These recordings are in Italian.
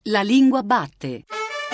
La lingua batte.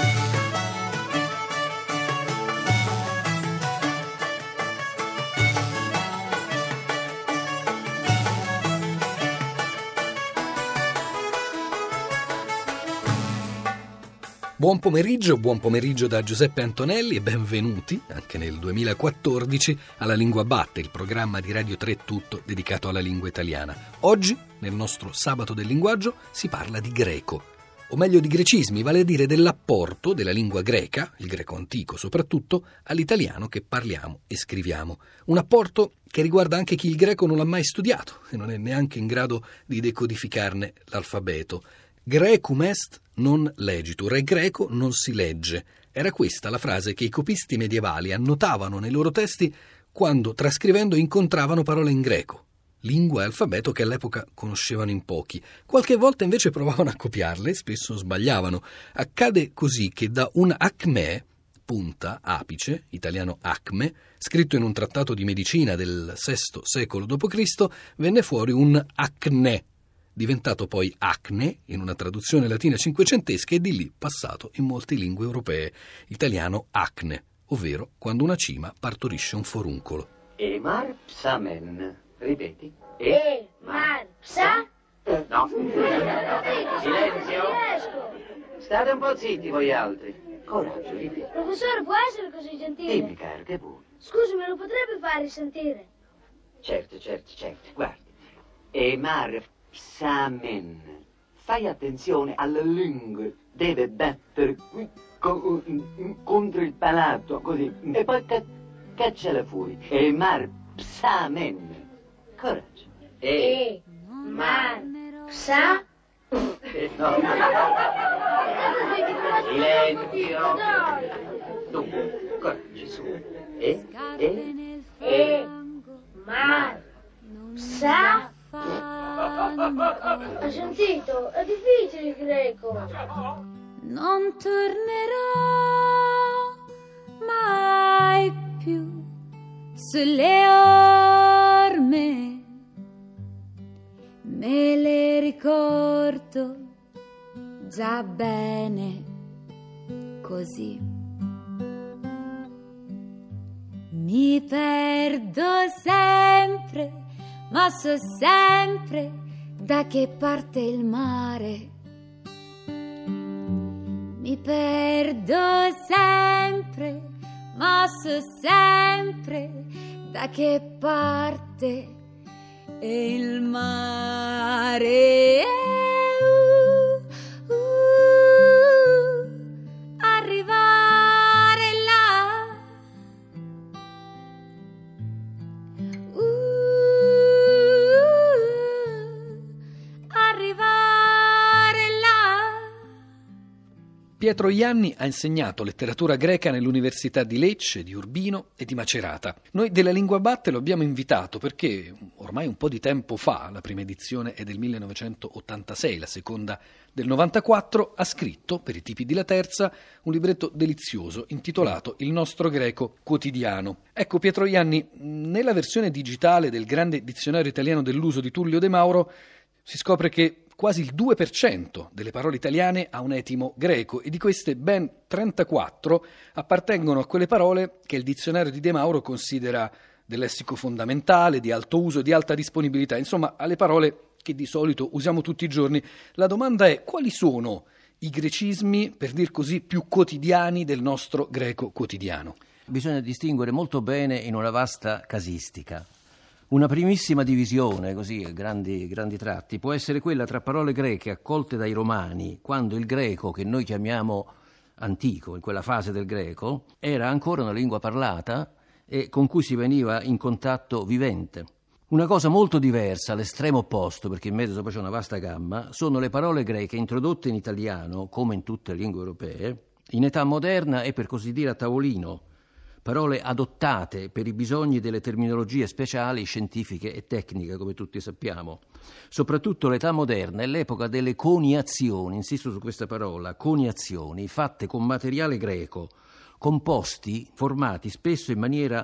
Buon pomeriggio da Giuseppe Antonelli e benvenuti, anche nel 2014, alla Lingua Batte, il programma di Radio 3 Tutto dedicato alla lingua italiana. Oggi, nel nostro Sabato del Linguaggio, si parla di greco, o meglio di grecismi, vale a dire dell'apporto della lingua greca, il greco antico soprattutto, all'italiano che parliamo e scriviamo. Un apporto che riguarda anche chi il greco non l'ha mai studiato e non è neanche in grado di decodificarne l'alfabeto. Grecum est non legitur, e greco non si legge. Era questa la frase che i copisti medievali annotavano nei loro testi quando, trascrivendo, incontravano parole in greco, lingua e alfabeto che all'epoca conoscevano in pochi. Qualche volta invece provavano a copiarle e spesso sbagliavano. Accade così che da un acme, punta, apice, italiano acme, scritto in un trattato di medicina del VI secolo d.C., venne fuori un acne, diventato poi acne in una traduzione latina cinquecentesca e di lì passato in molte lingue europee, italiano acne, ovvero quando una cima partorisce un foruncolo. Emar psamen. Ripeti. Emar psa? No. Silenzio. State un po' zitti voi altri. Coraggio, ripeti. Professore, può essere così gentile? Dimmi, caro, che vuoi? Scusi, me lo potrebbe fare risentire? Certo. Guardi. Emar psamen. Fai attenzione alle lingue. Deve battere qui contro il palato, così. E poi cacciala fuori. Emar psamen. Coraggio. Emar psa? No. Silenzio. Dunque, coraggio, su. Emar psa? Ha sentito? È difficile il greco. Non tornerò mai più sulle orme, me le ricordo già bene così. Mi perdo sempre, ma so sempre da che parte il mare. Mi perdo sempre, ma so sempre da che parte è il mare. Arrivare là, arrivare là. Pietro Ianni ha insegnato letteratura greca nell'Università di Lecce, di Urbino e di Macerata. Noi della Lingua Batte lo abbiamo invitato perché ormai un po' di tempo fa, la prima edizione è del 1986, la seconda del 94, ha scritto, per i tipi di La Terza, un libretto delizioso intitolato Il nostro greco quotidiano. Ecco, Pietro Ianni, nella versione digitale del grande dizionario italiano dell'uso di Tullio De Mauro si scopre che quasi il 2% delle parole italiane ha un etimo greco e di queste ben 34 appartengono a quelle parole che il dizionario di De Mauro considera del lessico fondamentale, di alto uso, di alta disponibilità, insomma alle parole che di solito usiamo tutti i giorni. La domanda è: quali sono i grecismi, per dir così, più quotidiani del nostro greco quotidiano? Bisogna distinguere molto bene in una vasta casistica. Una primissima divisione, così, grandi tratti, può essere quella tra parole greche accolte dai romani, quando il greco, che noi chiamiamo antico, in quella fase del greco, era ancora una lingua parlata e con cui si veniva in contatto vivente. Una cosa molto diversa, all'estremo opposto, perché in mezzo poi c'è una vasta gamma, sono le parole greche introdotte in italiano, come in tutte le lingue europee, in età moderna e per così dire a tavolino, parole adottate per i bisogni delle terminologie speciali, scientifiche e tecniche, come tutti sappiamo. Soprattutto l'età moderna è l'epoca delle coniazioni, insisto su questa parola, coniazioni, fatte con materiale greco, composti, formati spesso in maniera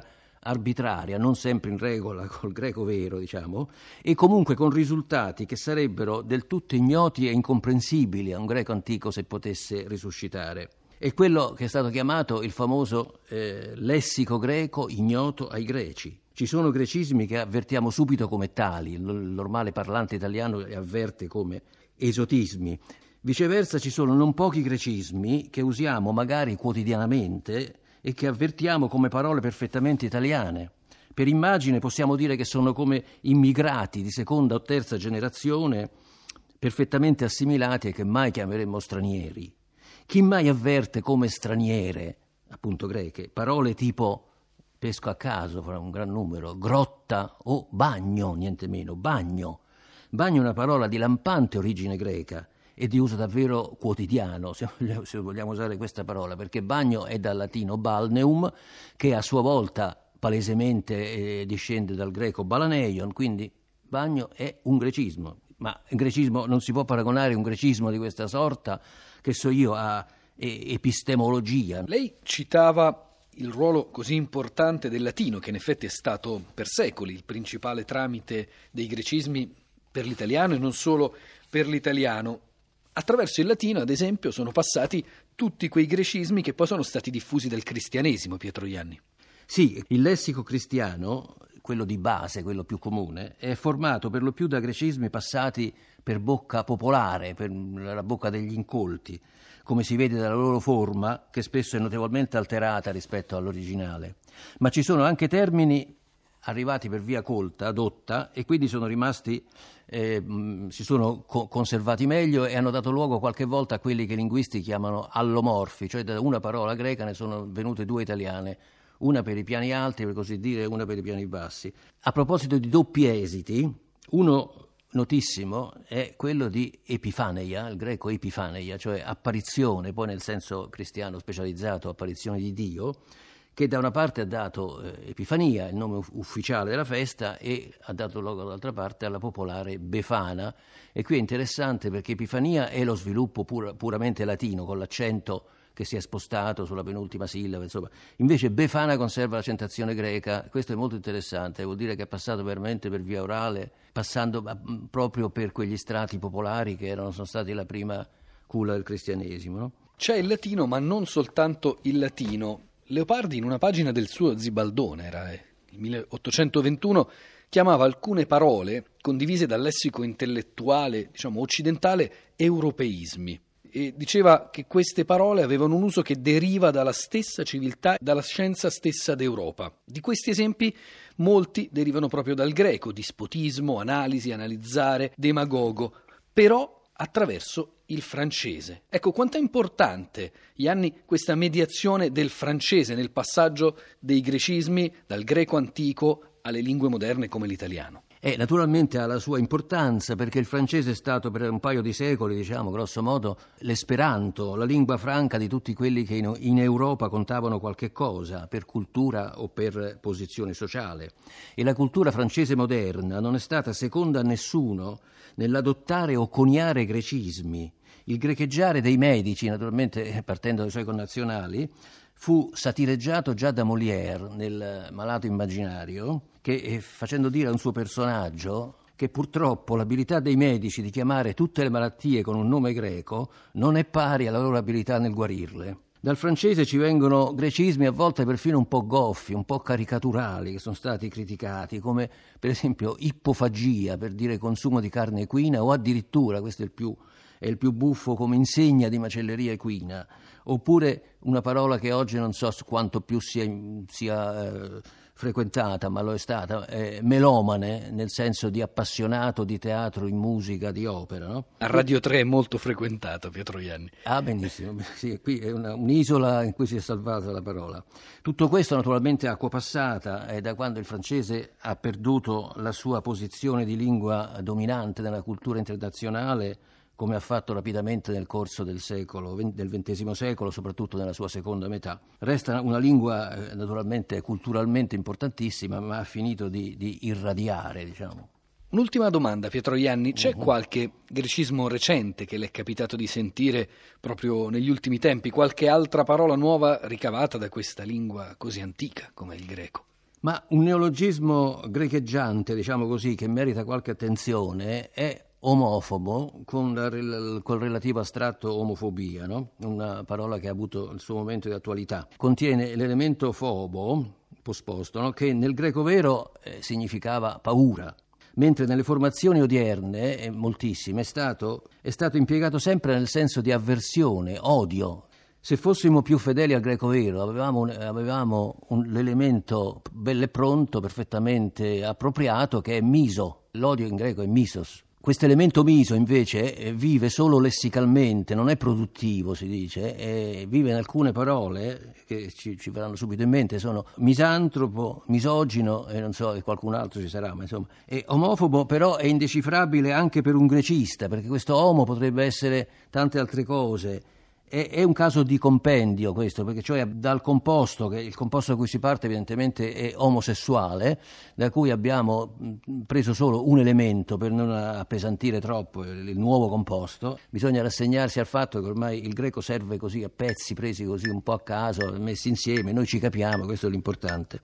arbitraria, non sempre in regola col greco vero, diciamo, e comunque con risultati che sarebbero del tutto ignoti e incomprensibili a un greco antico se potesse risuscitare. È quello che è stato chiamato il famoso lessico greco ignoto ai greci. Ci sono grecismi che avvertiamo subito come tali, il normale parlante italiano li avverte come esotismi. Viceversa ci sono non pochi grecismi che usiamo magari quotidianamente e che avvertiamo come parole perfettamente italiane. Per immagine possiamo dire che sono come immigrati di seconda o terza generazione perfettamente assimilati e che mai chiameremmo stranieri. Chi mai avverte come straniere, appunto greche, parole tipo, pesco a caso fra un gran numero, grotta o bagno, niente meno, bagno. Bagno è una parola di lampante origine greca e di uso davvero quotidiano, se vogliamo usare questa parola, perché bagno è dal latino balneum, che a sua volta palesemente discende dal greco balaneion, quindi bagno è un grecismo, ma il grecismo non si può paragonare a un grecismo di questa sorta, che so io, a epistemologia. Lei citava il ruolo così importante del latino, che in effetti è stato per secoli il principale tramite dei grecismi per l'italiano e non solo per l'italiano. Attraverso il latino, ad esempio, sono passati tutti quei grecismi che poi sono stati diffusi dal cristianesimo, Pietro Ianni. Sì, il lessico cristiano, quello di base, quello più comune, è formato per lo più da grecismi passati per bocca popolare, per la bocca degli incolti, come si vede dalla loro forma, che spesso è notevolmente alterata rispetto all'originale. Ma ci sono anche termini arrivati per via colta, adotta, e quindi sono rimasti, si sono conservati meglio e hanno dato luogo qualche volta a quelli che i linguisti chiamano allomorfi, cioè da una parola greca ne sono venute due italiane, una per i piani alti, per così dire, e una per i piani bassi. A proposito di doppi esiti, uno notissimo è quello di epifaneia, il greco epifaneia, cioè apparizione, poi nel senso cristiano specializzato, apparizione di Dio, che da una parte ha dato Epifania, il nome ufficiale della festa, e ha dato luogo dall'altra parte alla popolare Befana. E qui è interessante perché Epifania è lo sviluppo puramente latino, con l'accento che si è spostato sulla penultima sillaba, insomma. Invece Befana conserva l'accentuazione greca, questo è molto interessante, vuol dire che è passato veramente per via orale, passando proprio per quegli strati popolari che sono stati la prima culla del cristianesimo, no? C'è il latino, ma non soltanto il latino. Leopardi, in una pagina del suo Zibaldone, era il 1821, chiamava alcune parole condivise dal lessico intellettuale, diciamo occidentale, europeismi. E diceva che queste parole avevano un uso che deriva dalla stessa civiltà, dalla scienza stessa d'Europa. Di questi esempi molti derivano proprio dal greco: dispotismo, analisi, analizzare, demagogo, però attraverso il francese. Ecco, quanto è importante, Ianni, questa mediazione del francese nel passaggio dei grecismi dal greco antico alle lingue moderne come l'italiano. Naturalmente ha la sua importanza, perché il francese è stato per un paio di secoli, diciamo grosso modo, l'esperanto, la lingua franca di tutti quelli che in Europa contavano qualche cosa per cultura o per posizione sociale. E la cultura francese moderna non è stata seconda a nessuno nell'adottare o coniare grecismi. Il grecheggiare dei medici, naturalmente partendo dai suoi connazionali, fu satireggiato già da Molière nel Malato immaginario, che facendo dire a un suo personaggio che purtroppo l'abilità dei medici di chiamare tutte le malattie con un nome greco non è pari alla loro abilità nel guarirle. Dal francese ci vengono grecismi a volte perfino un po' goffi, un po' caricaturali, che sono stati criticati, come per esempio ippofagia, per dire consumo di carne equina, o addirittura, questo è il più buffo, come insegna di macelleria equina, oppure una parola che oggi non so quanto più sia frequentata, ma lo è stata, melomane, nel senso di appassionato di teatro, in musica, di opera, no? A Radio 3 è molto frequentata, Pietro Ianni. Ah, benissimo, sì, qui è un'isola in cui si è salvata la parola. Tutto questo naturalmente acqua passata, è da quando il francese ha perduto la sua posizione di lingua dominante nella cultura internazionale, come ha fatto rapidamente nel corso del XX secolo, soprattutto nella sua seconda metà. Resta una lingua naturalmente culturalmente importantissima, ma ha finito di irradiare, diciamo. Un'ultima domanda, Pietro Ianni. C'è qualche grecismo recente che le è capitato di sentire proprio negli ultimi tempi? Qualche altra parola nuova ricavata da questa lingua così antica come il greco? Ma un neologismo grecheggiante, diciamo così, che merita qualche attenzione è omofobo, col relativo astratto omofobia, no? Una parola che ha avuto il suo momento di attualità. Contiene l'elemento fobo, posposto, no? Che nel greco vero significava paura, mentre nelle formazioni odierne, moltissime, è stato impiegato sempre nel senso di avversione, odio. Se fossimo più fedeli al greco vero, avevamo l'elemento bello e pronto, perfettamente appropriato, che è miso. L'odio in greco è misos. Questo elemento miso invece vive solo lessicalmente, non è produttivo, si dice, e vive in alcune parole che ci verranno subito in mente, sono misantropo, misogino e non so, e qualcun altro ci sarà, ma insomma. E omofobo però è indecifrabile anche per un grecista, perché questo homo potrebbe essere tante altre cose. È un caso di compendio questo, perché cioè dal composto, che il composto da cui si parte evidentemente è omosessuale, da cui abbiamo preso solo un elemento per non appesantire troppo il nuovo composto, bisogna rassegnarsi al fatto che ormai il greco serve così a pezzi presi così un po' a caso, messi insieme, noi ci capiamo, questo è l'importante.